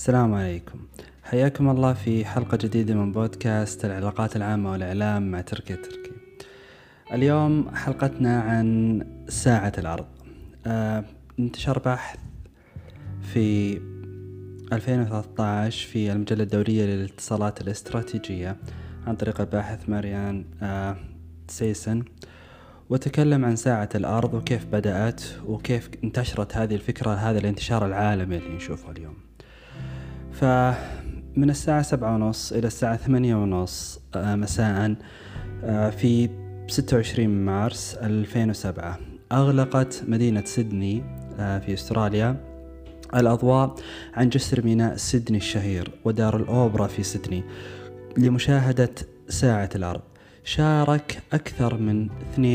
السلام عليكم. حياكم الله في حلقة جديدة من بودكاست العلاقات العامة والإعلام مع تركي التركي. اليوم حلقتنا عن ساعة الأرض. انتشر بحث في 2013 في المجلة الدولية للاتصالات الاستراتيجية عن طريق الباحث ماريان سيسن، وتكلم عن ساعة الأرض وكيف بدأت وكيف انتشرت هذه الفكرة، هذا الانتشار العالمي اللي نشوفه اليوم. فمن الساعة 7:30 إلى الساعة 8:30 مساء في 26 مارس 2007 أغلقت مدينة سيدني في أستراليا الأضواء عن جسر ميناء سيدني الشهير ودار الأوبرا في سيدني لمشاهدة ساعة الأرض. شارك أكثر من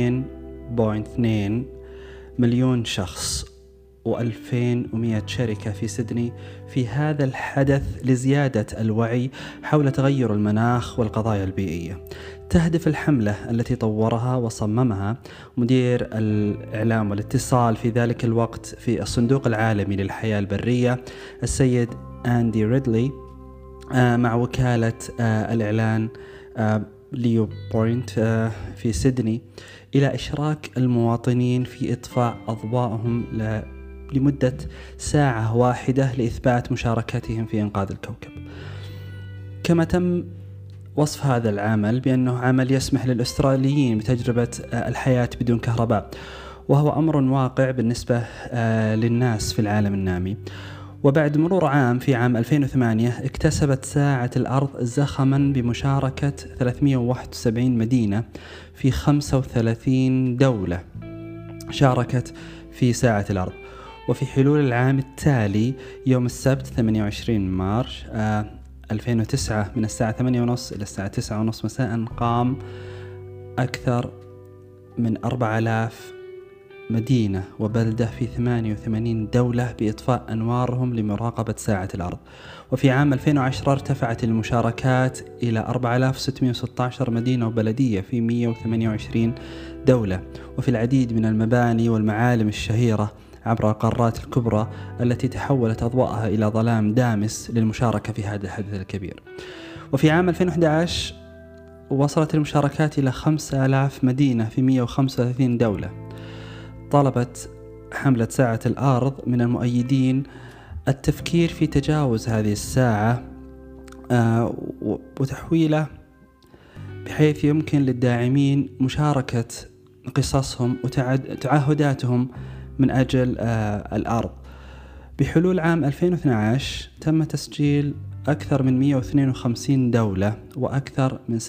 2.2 مليون شخص و2100 شركة في سيدني في هذا الحدث لزيادة الوعي حول تغير المناخ والقضايا البيئية. تهدف الحملة التي طورها وصممها مدير الإعلام والاتصال في ذلك الوقت في الصندوق العالمي للحياة البرية السيد أندي ريدلي مع وكالة الإعلان ليو بوينت في سيدني إلى إشراك المواطنين في إطفاء أضواءهم لمدة ساعة واحدة لإثبات مشاركتهم في إنقاذ الكوكب. كما تم وصف هذا العمل بأنه عمل يسمح للأستراليين بتجربة الحياة بدون كهرباء، وهو أمر واقع بالنسبة للناس في العالم النامي. وبعد مرور عام في عام 2008 اكتسبت ساعة الأرض زخما بمشاركة 371 مدينة في 35 دولة شاركت في ساعة الأرض. وفي حلول العام التالي يوم السبت 28 مارس 2009 من الساعة 8:30 إلى الساعة 9:30 مساء قام أكثر من 4000 مدينة وبلدة في 88 دولة بإطفاء أنوارهم لمراقبة ساعة الأرض. وفي عام 2010 ارتفعت المشاركات إلى 4616 مدينة وبلدية في 128 دولة وفي العديد من المباني والمعالم الشهيرة عبر القارات الكبرى التي تحولت أضواءها إلى ظلام دامس للمشاركة في هذا الحدث الكبير. وفي عام 2011 وصلت المشاركات إلى 5000 مدينة في 135 دولة. طلبت حملة ساعة الأرض من المؤيدين التفكير في تجاوز هذه الساعة وتحويله بحيث يمكن للداعمين مشاركة قصصهم وتعهداتهم من أجل الأرض. بحلول عام 2012 تم تسجيل أكثر من 152 دولة وأكثر من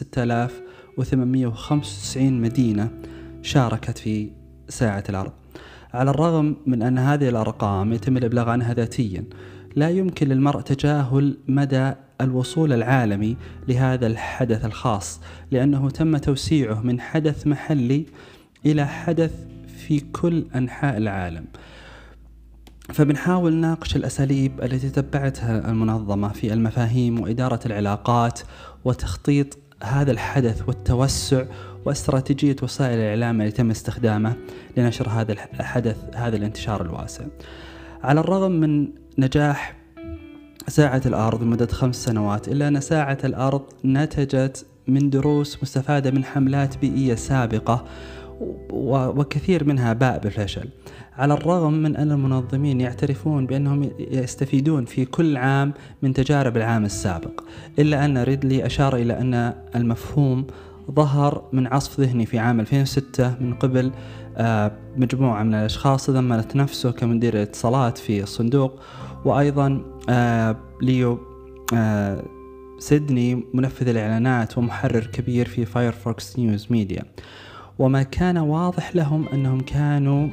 6895 مدينة شاركت في ساعة الأرض. على الرغم من أن هذه الأرقام يتم الإبلاغ عنها ذاتيا، لا يمكن للمرء تجاهل مدى الوصول العالمي لهذا الحدث الخاص، لأنه تم توسيعه من حدث محلي إلى حدث في كل أنحاء العالم. فبنحاول نناقش الأساليب التي تبعتها المنظمة في المفاهيم وإدارة العلاقات وتخطيط هذا الحدث والتوسع واستراتيجية وسائل الإعلام اللي تم استخدامه لنشر هذا الحدث، هذا الانتشار الواسع. على الرغم من نجاح ساعة الأرض لمدة 5 سنوات، إلا أن ساعة الأرض نتجت من دروس مستفادة من حملات بيئية سابقة وكثير منها باء بالفشل. على الرغم من أن المنظمين يعترفون بأنهم يستفيدون في كل عام من تجارب العام السابق، إلا أن ريدلي أشار إلى أن المفهوم ظهر من عصف ذهني في عام 2006 من قبل مجموعة من الأشخاص ضمنت نفسه كمدير الاتصالات في الصندوق، وأيضا ليو سيدني منفذ الإعلانات ومحرر كبير في فايرفوكس نيوز ميديا. وما كان واضح لهم أنهم كانوا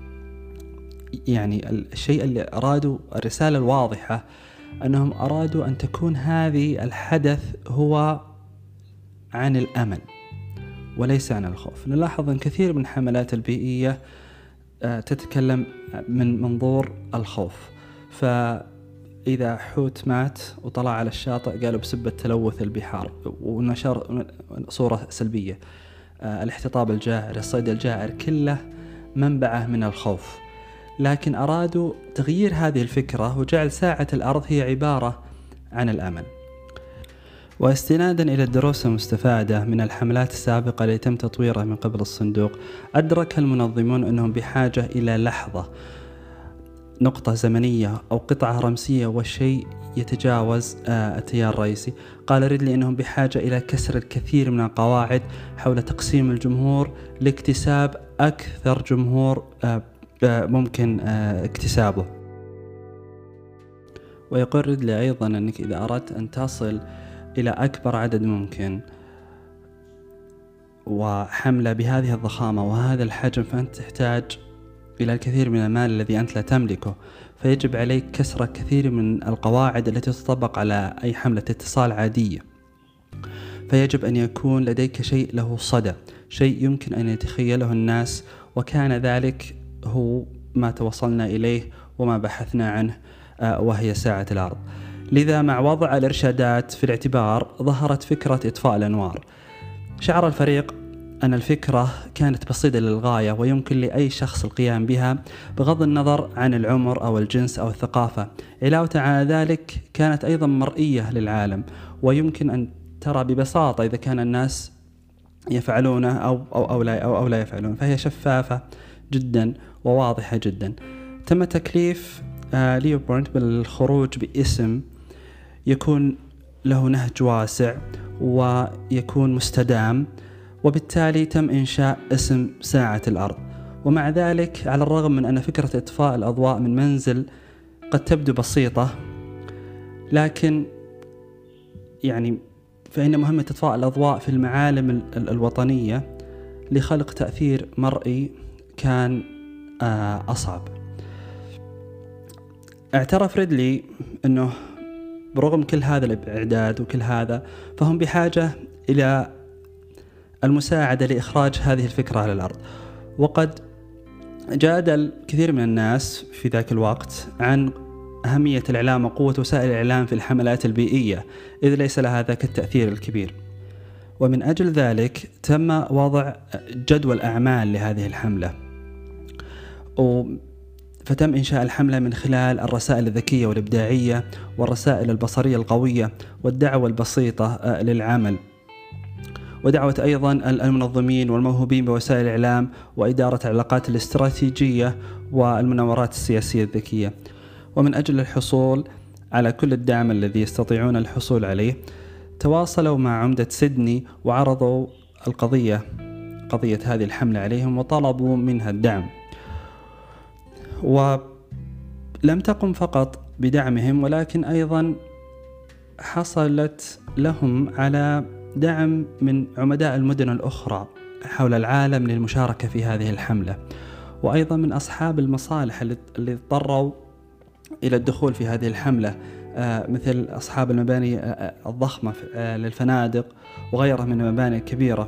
الشيء اللي أرادوا، الرسالة الواضحة أنهم أرادوا أن تكون هذه الحدث هو عن الأمل وليس عن الخوف. نلاحظ أن كثير من الحملات البيئية تتكلم من منظور الخوف، فإذا حوت مات وطلع على الشاطئ قالوا بسبب تلوث البحار ونشر صورة سلبية. الاحتطاب الجائر، الصيد الجائر، كله منبعه من الخوف. لكن أرادوا تغيير هذه الفكرة وجعل ساعة الأرض هي عبارة عن الأمل. واستنادا إلى الدروس المستفادة من الحملات السابقة التي تم تطويرها من قبل الصندوق، أدرك المنظمون أنهم بحاجة إلى لحظة، نقطة زمنية أو قطعة رمزية وشيء يتجاوز التيار الرئيسي. قال ريدلي أنهم بحاجة إلى كسر الكثير من القواعد حول تقسيم الجمهور لاكتساب أكثر جمهور ممكن اكتسابه. ويقول ريدلي أيضا أنك إذا أردت أن تصل إلى أكبر عدد ممكن وحملة بهذه الضخامة وهذا الحجم، فأنت تحتاج إلى الكثير من المال الذي أنت لا تملكه، فيجب عليك كسر كثير من القواعد التي تطبق على أي حملة اتصال عادية. فيجب أن يكون لديك شيء له صدى، شيء يمكن أن يتخيله الناس، وكان ذلك هو ما توصلنا إليه وما بحثنا عنه، وهي ساعة الأرض. لذا مع وضع الإرشادات في الاعتبار ظهرت فكرة إطفاء الأنوار. شعر الفريق أن الفكرة كانت بسيطة للغاية ويمكن لأي شخص القيام بها بغض النظر عن العمر أو الجنس أو الثقافة. علاوة على ذلك كانت أيضا مرئية للعالم، ويمكن أن ترى ببساطة إذا كان الناس يفعلونه أو لا يفعلون، فهي شفافة جدا وواضحة جدا. تم تكليف ليو بورنت بالخروج باسم يكون له نهج واسع ويكون مستدام، وبالتالي تم إنشاء اسم ساعة الأرض. ومع ذلك على الرغم من أن فكرة إطفاء الأضواء من منزل قد تبدو بسيطة، لكن فإن مهمة إطفاء الأضواء في المعالم الوطنية لخلق تأثير مرئي كان أصعب. اعترف ريدلي أنه برغم كل هذا الإعداد وكل هذا، فهم بحاجة إلى المساعدة لإخراج هذه الفكرة على الأرض. وقد جادل كثير من الناس في ذاك الوقت عن أهمية الإعلام وقوة وسائل الإعلام في الحملات البيئية، إذ ليس لها ذاك التأثير الكبير. ومن أجل ذلك تم وضع جدول أعمال لهذه الحملة، فتم إنشاء الحملة من خلال الرسائل الذكية والإبداعية والرسائل البصرية القوية والدعوة البسيطة للعمل، ودعوة أيضا المنظمين والموهوبين بوسائل الإعلام وإدارة العلاقات الاستراتيجية والمناورات السياسية الذكية. ومن أجل الحصول على كل الدعم الذي يستطيعون الحصول عليه، تواصلوا مع عمدة سيدني وعرضوا قضية هذه الحملة عليهم وطلبوا منها الدعم. ولم تقم فقط بدعمهم، ولكن أيضا حصلت لهم على دعم من عمداء المدن الأخرى حول العالم للمشاركة في هذه الحملة، وأيضا من أصحاب المصالح اللي اضطروا إلى الدخول في هذه الحملة، مثل أصحاب المباني الضخمة للفنادق وغيرها من المباني الكبيرة،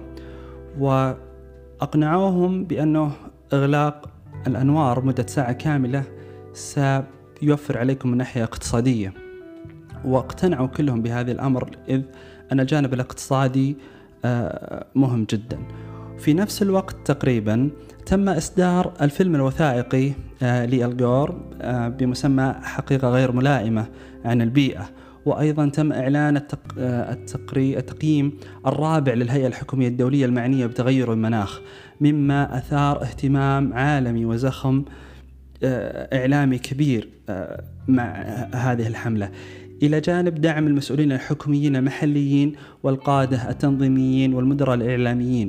وأقنعوهم بأنه إغلاق الأنوار مدة ساعة كاملة سيوفر عليكم من ناحية اقتصادية. واقتنعوا كلهم بهذا الأمر، إذ أن الجانب الاقتصادي مهم جدا. في نفس الوقت تقريبا تم إصدار الفيلم الوثائقي لألغور بمسمى حقيقة غير ملائمة عن البيئة، وأيضا تم إعلان التقييم الرابع للهيئة الحكومية الدولية المعنية بتغير المناخ، مما أثار اهتمام عالمي وزخم إعلامي كبير مع هذه الحملة، إلى جانب دعم المسؤولين الحكوميين المحليين والقادة التنظيميين والمدراء الإعلاميين.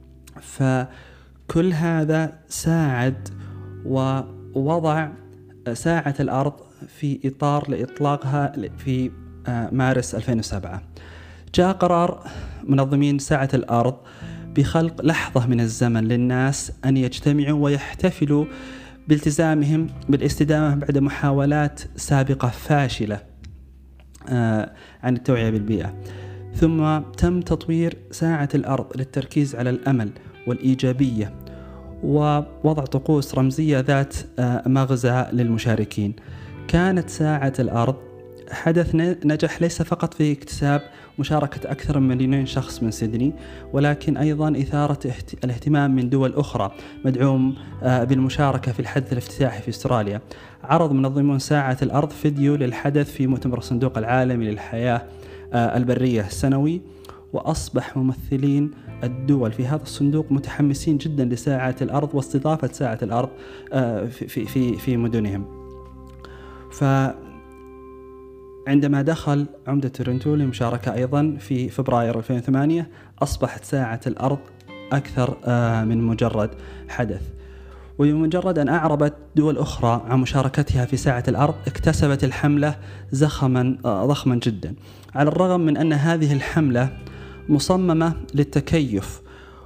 فكل هذا ساعد ووضع ساعة الأرض في إطار لإطلاقها في مارس 2007. جاء قرار منظمين ساعة الأرض بخلق لحظة من الزمن للناس أن يجتمعوا ويحتفلوا بالتزامهم بالاستدامة بعد محاولات سابقة فاشلة عن التوعية بالبيئة. ثم تم تطوير ساعة الأرض للتركيز على الأمل والإيجابية ووضع طقوس رمزية ذات مغزى للمشاركين. كانت ساعة الأرض حدث نجح ليس فقط في اكتساب مشاركة أكثر من 2,000,000 شخص من سيدني، ولكن أيضا إثارة الاهتمام من دول أخرى مدعوم بالمشاركة في الحدث الافتتاحي في أستراليا. عرض منظمون ساعة الأرض فيديو للحدث في مؤتمر الصندوق العالمي للحياة البرية السنوي، وأصبح ممثلين الدول في هذا الصندوق متحمسين جدا لساعة الأرض واستضافة ساعة الأرض في مدنهم. عندما دخل عمدة تورنتو للمشاركة أيضا في فبراير 2008 أصبحت ساعة الأرض أكثر من مجرد حدث، وبمجرد أن أعربت دول أخرى عن مشاركتها في ساعة الأرض اكتسبت الحملة زخما ضخما جدا، على الرغم من أن هذه الحملة مصممة للتكيف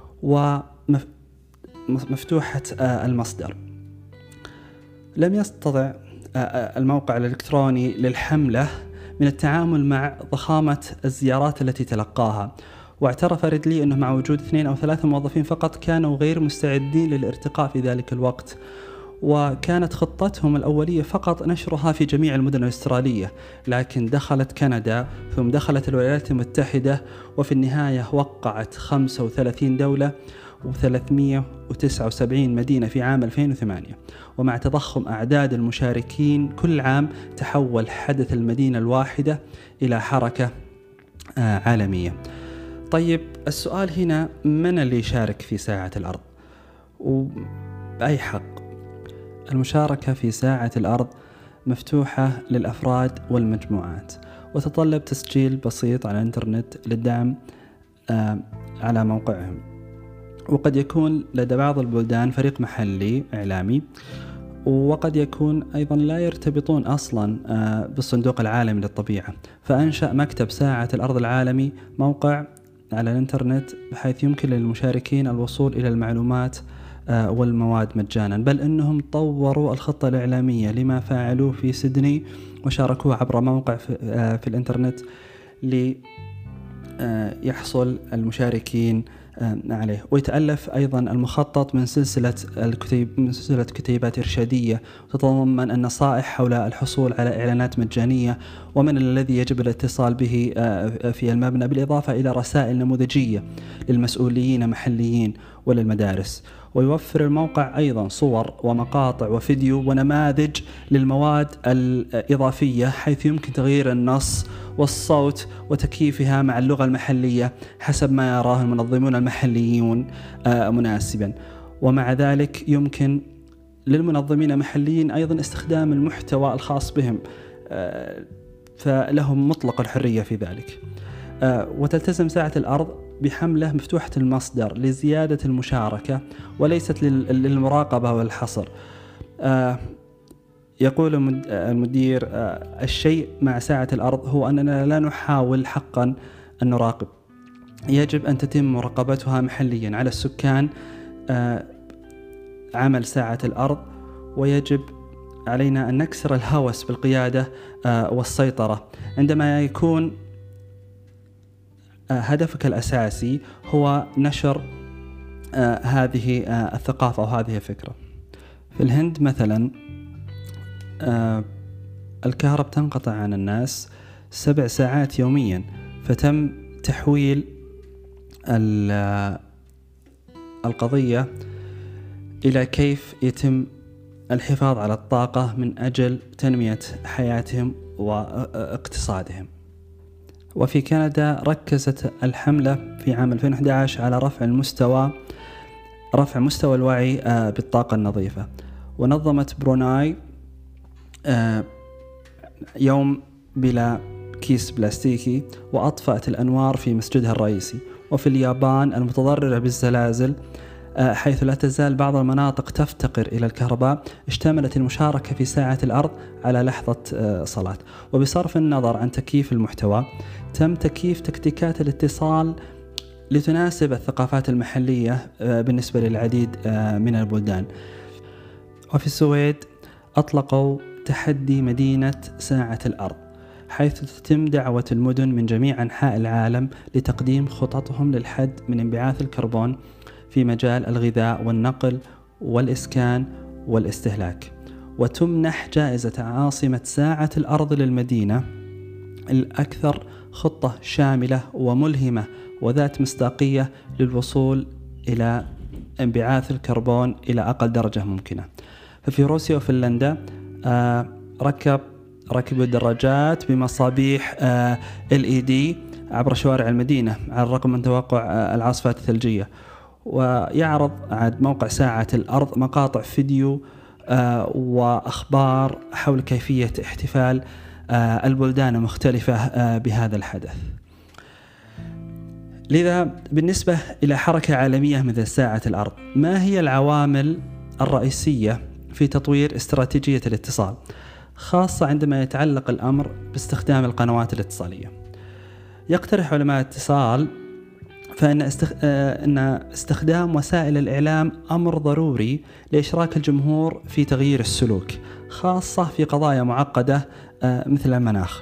ومفتوحة المصدر. لم يستطع الموقع الإلكتروني للحملة من التعامل مع ضخامة الزيارات التي تلقاها، واعترف ريدلي أنه مع وجود 2 أو 3 موظفين فقط كانوا غير مستعدين للارتقاء في ذلك الوقت، وكانت خطتهم الأولية فقط نشرها في جميع المدن الأسترالية، لكن دخلت كندا ثم دخلت الولايات المتحدة، وفي النهاية وقعت 35 دولة و379 مدينة في عام 2008. ومع تضخم أعداد المشاركين كل عام تحول حدث المدينة الواحدة إلى حركة عالمية. طيب السؤال هنا، من اللي يشارك في ساعة الأرض وبأي حق؟ المشاركة في ساعة الأرض مفتوحة للأفراد والمجموعات، وتتطلب تسجيل بسيط على الإنترنت للدعم على موقعهم، وقد يكون لدى بعض البلدان فريق محلي إعلامي، وقد يكون أيضا لا يرتبطون أصلا بالصندوق العالمي للطبيعة، فأنشأ مكتب ساعة الأرض العالمي موقع على الإنترنت بحيث يمكن للمشاركين الوصول إلى المعلومات والمواد مجانا، بل أنهم طوروا الخطة الإعلامية لما فعلوه في سيدني وشاركوه عبر موقع في الإنترنت ليحصل المشاركين عليه. ويتألف أيضا المخطط من سلسلة كتيبات إرشادية تتضمن النصائح حول الحصول على إعلانات مجانية ومن الذي يجب الاتصال به في المبنى، بالإضافة إلى رسائل نموذجية للمسؤولين محليين وللمدارس. ويوفر الموقع أيضا صور ومقاطع وفيديو ونماذج للمواد الإضافية، حيث يمكن تغيير النص والصوت وتكييفها مع اللغة المحلية حسب ما يراه المنظمون المحليون مناسبا. ومع ذلك يمكن للمنظمين المحليين أيضا استخدام المحتوى الخاص بهم، فلهم مطلق الحرية في ذلك. وتلتزم ساعة الأرض بحملة مفتوحة المصدر لزيادة المشاركة وليست للمراقبة والحصر. يقول المدير الشيء مع ساعة الأرض هو أننا لا نحاول حقا أن نراقب، يجب أن تتم مراقبتها محليا على السكان عمل ساعة الأرض، ويجب علينا أن نكسر الهوس بالقيادة والسيطرة عندما يكون هدفك الأساسي هو نشر هذه الثقافة أو هذه الفكرة. في الهند مثلا الكهرباء تنقطع عن الناس 7 ساعات يوميا، فتم تحويل القضية إلى كيف يتم الحفاظ على الطاقة من أجل تنمية حياتهم واقتصادهم. وفي كندا ركزت الحملة في عام 2011 على رفع مستوى الوعي بالطاقة النظيفة، ونظمت بروناي يوم بلا كيس بلاستيكي وأطفأت الأنوار في مسجدها الرئيسي. وفي اليابان المتضررة بالزلازل حيث لا تزال بعض المناطق تفتقر إلى الكهرباء، اشتملت المشاركة في ساعة الأرض على لحظة صلاة. وبصرف النظر عن تكييف المحتوى، تم تكييف تكتيكات الاتصال لتناسب الثقافات المحلية بالنسبة للعديد من البلدان. وفي السويد أطلقوا تحدي مدينة ساعة الأرض، حيث تتم دعوة المدن من جميع أنحاء العالم لتقديم خططهم للحد من انبعاث الكربون في مجال الغذاء والنقل والإسكان والاستهلاك. وتمنح جائزة عاصمة ساعة الأرض للمدينة الأكثر خطة شاملة وملهمة وذات مصداقية للوصول إلى انبعاث الكربون إلى أقل درجة ممكنة. ففي روسيا وفنلندا ركبوا الدراجات بمصابيح LED عبر شوارع المدينة على الرغم من توقع العاصفات الثلجية. ويعرض عاد موقع ساعة الأرض مقاطع فيديو وأخبار حول كيفية احتفال البلدان المختلفة بهذا الحدث. لذا بالنسبة إلى حركة عالمية مثل ساعة الأرض، ما هي العوامل الرئيسية في تطوير استراتيجية الاتصال، خاصة عندما يتعلق الأمر باستخدام القنوات الاتصالية؟ يقترح علماء الاتصال فإن استخدام وسائل الإعلام أمر ضروري لإشراك الجمهور في تغيير السلوك، خاصة في قضايا معقدة مثل المناخ.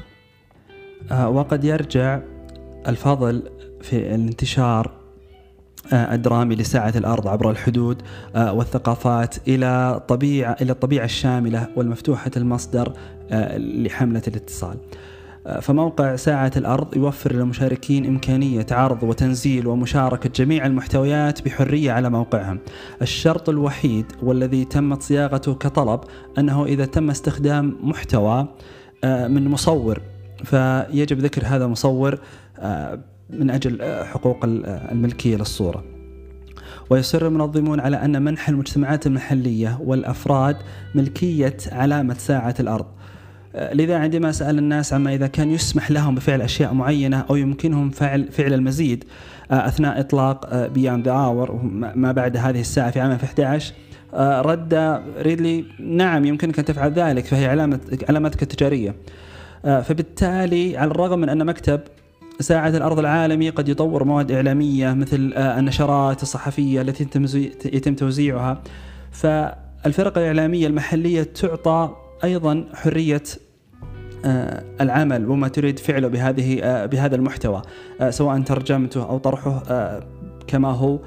وقد يرجع الفضل في الانتشار الدرامي لساعة الأرض عبر الحدود والثقافات إلى الطبيعة الشاملة والمفتوحة المصدر لحملة الاتصال. فموقع ساعة الأرض يوفر للمشاركين إمكانية عرض وتنزيل ومشاركة جميع المحتويات بحرية على موقعهم. الشرط الوحيد والذي تمت صياغته كطلب أنه إذا تم استخدام محتوى من مصور فيجب ذكر هذا المصور من أجل حقوق الملكية للصورة. ويصر المنظمون على أن منح المجتمعات المحلية والأفراد ملكية علامة ساعة الأرض. لذا عندما سأل الناس عما إذا كان يسمح لهم بفعل أشياء معينة أو يمكنهم فعل المزيد أثناء إطلاق Beyond the Hour ما بعد هذه الساعة في عام 2011، رد ريدلي: نعم يمكنك أن تفعل ذلك، فهي علامتك التجارية. فبالتالي على الرغم من أن مكتب ساعة الأرض العالمي قد يطور مواد إعلامية مثل النشرات الصحفية التي يتم توزيعها، فالفرق الإعلامية المحلية تعطى أيضا حرية العمل وما تريد فعله بهذا المحتوى، سواء ترجمته أو طرحه كما هو.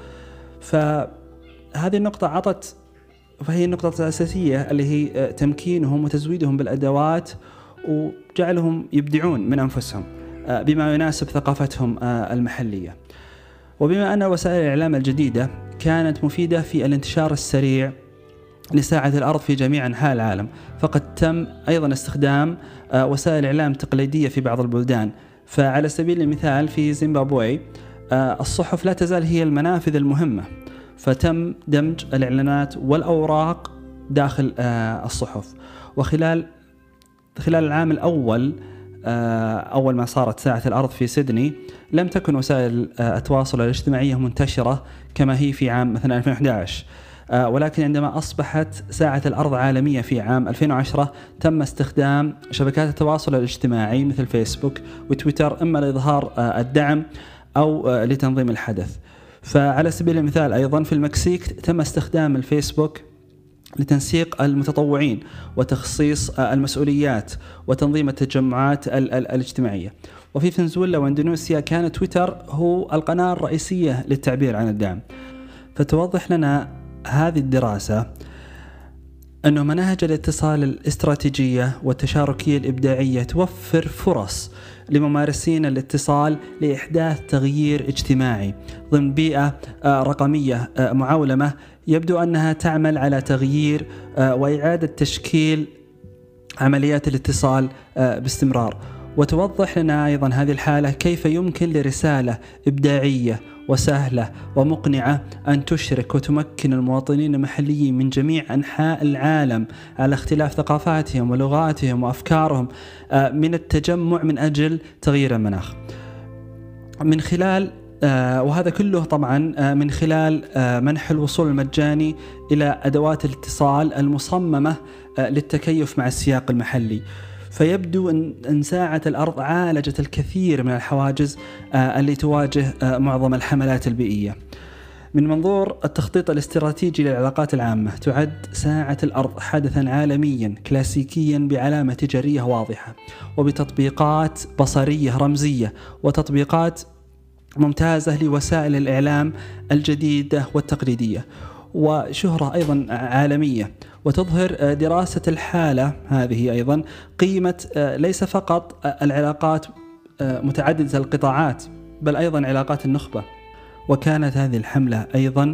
فهذه النقطة فهي النقطة الأساسية اللي هي تمكينهم وتزويدهم بالأدوات وجعلهم يبدعون من أنفسهم بما يناسب ثقافتهم المحلية. وبما أن وسائل الإعلام الجديدة كانت مفيدة في الانتشار السريع لساعة الأرض في جميع أنحاء العالم، فقد تم أيضا استخدام وسائل إعلام تقليدية في بعض البلدان. فعلى سبيل المثال في زيمبابوي الصحف لا تزال هي المنافذ المهمة، فتم دمج الإعلانات والأوراق داخل الصحف. وخلال العام الأول أول ما صارت ساعة الأرض في سيدني لم تكن وسائل التواصل الاجتماعية منتشرة كما هي في عام مثلا 2011، ولكن عندما أصبحت ساعة الأرض عالمية في عام 2010 تم استخدام شبكات التواصل الاجتماعي مثل فيسبوك وتويتر إما لإظهار الدعم أو لتنظيم الحدث. فعلى سبيل المثال أيضا في المكسيك تم استخدام الفيسبوك لتنسيق المتطوعين وتخصيص المسؤوليات وتنظيم التجمعات الاجتماعية. وفي فنزويلا واندونيسيا كان تويتر هو القناة الرئيسية للتعبير عن الدعم. فتوضح لنا هذه الدراسة أن مناهج الاتصال الاستراتيجية والتشاركية الإبداعية توفر فرص لممارسين الاتصال لإحداث تغيير اجتماعي ضمن بيئة رقمية معولمة يبدو أنها تعمل على تغيير وإعادة تشكيل عمليات الاتصال باستمرار. وتوضح لنا أيضا هذه الحالة كيف يمكن لرسالة إبداعية وسهلة ومقنعة أن تشرك وتمكن المواطنين المحليين من جميع أنحاء العالم على اختلاف ثقافاتهم ولغاتهم وأفكارهم من التجمع من أجل تغيير المناخ من خلال وهذا كله طبعا من خلال منح الوصول المجاني إلى أدوات الاتصال المصممة للتكيف مع السياق المحلي. فيبدو أن ساعة الأرض عالجت الكثير من الحواجز اللي تواجه معظم الحملات البيئية. من منظور التخطيط الاستراتيجي للعلاقات العامة تعد ساعة الأرض حدثا عالميا كلاسيكيا بعلامة تجارية واضحة وبتطبيقات بصرية رمزية وتطبيقات ممتازة لوسائل الإعلام الجديدة والتقليدية. وشهرة أيضا عالمية. وتظهر دراسة الحالة هذه أيضا قيمة ليس فقط العلاقات متعددة القطاعات، بل أيضا علاقات النخبة. وكانت هذه الحملة أيضا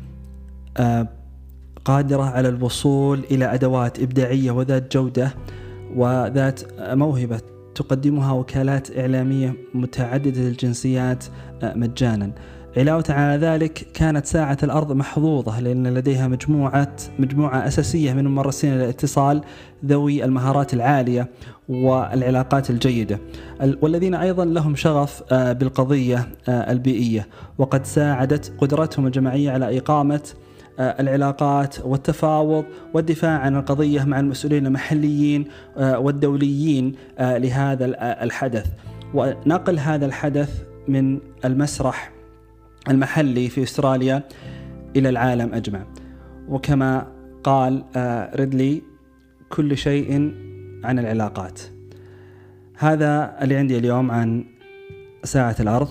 قادرة على الوصول إلى أدوات إبداعية وذات جودة وذات موهبة تقدمها وكالات إعلامية متعددة الجنسيات مجانا. علاوة على ذلك كانت ساعة الأرض محظوظة لأن لديها مجموعة أساسية من ممارسين الاتصال ذوي المهارات العالية والعلاقات الجيدة، والذين أيضا لهم شغف بالقضية البيئية، وقد ساعدت قدرتهم الجماعية على إقامة العلاقات والتفاوض والدفاع عن القضية مع المسؤولين المحليين والدوليين لهذا الحدث، ونقل هذا الحدث من المسرح المحلي في أستراليا إلى العالم أجمع. وكما قال ريدلي: كل شيء عن العلاقات. هذا اللي عندي اليوم عن ساعة الأرض.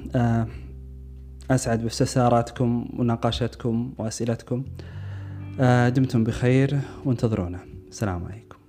أسعد باستفساراتكم ونقاشاتكم وأسئلتكم. دمتم بخير وانتظرونا. السلام عليكم.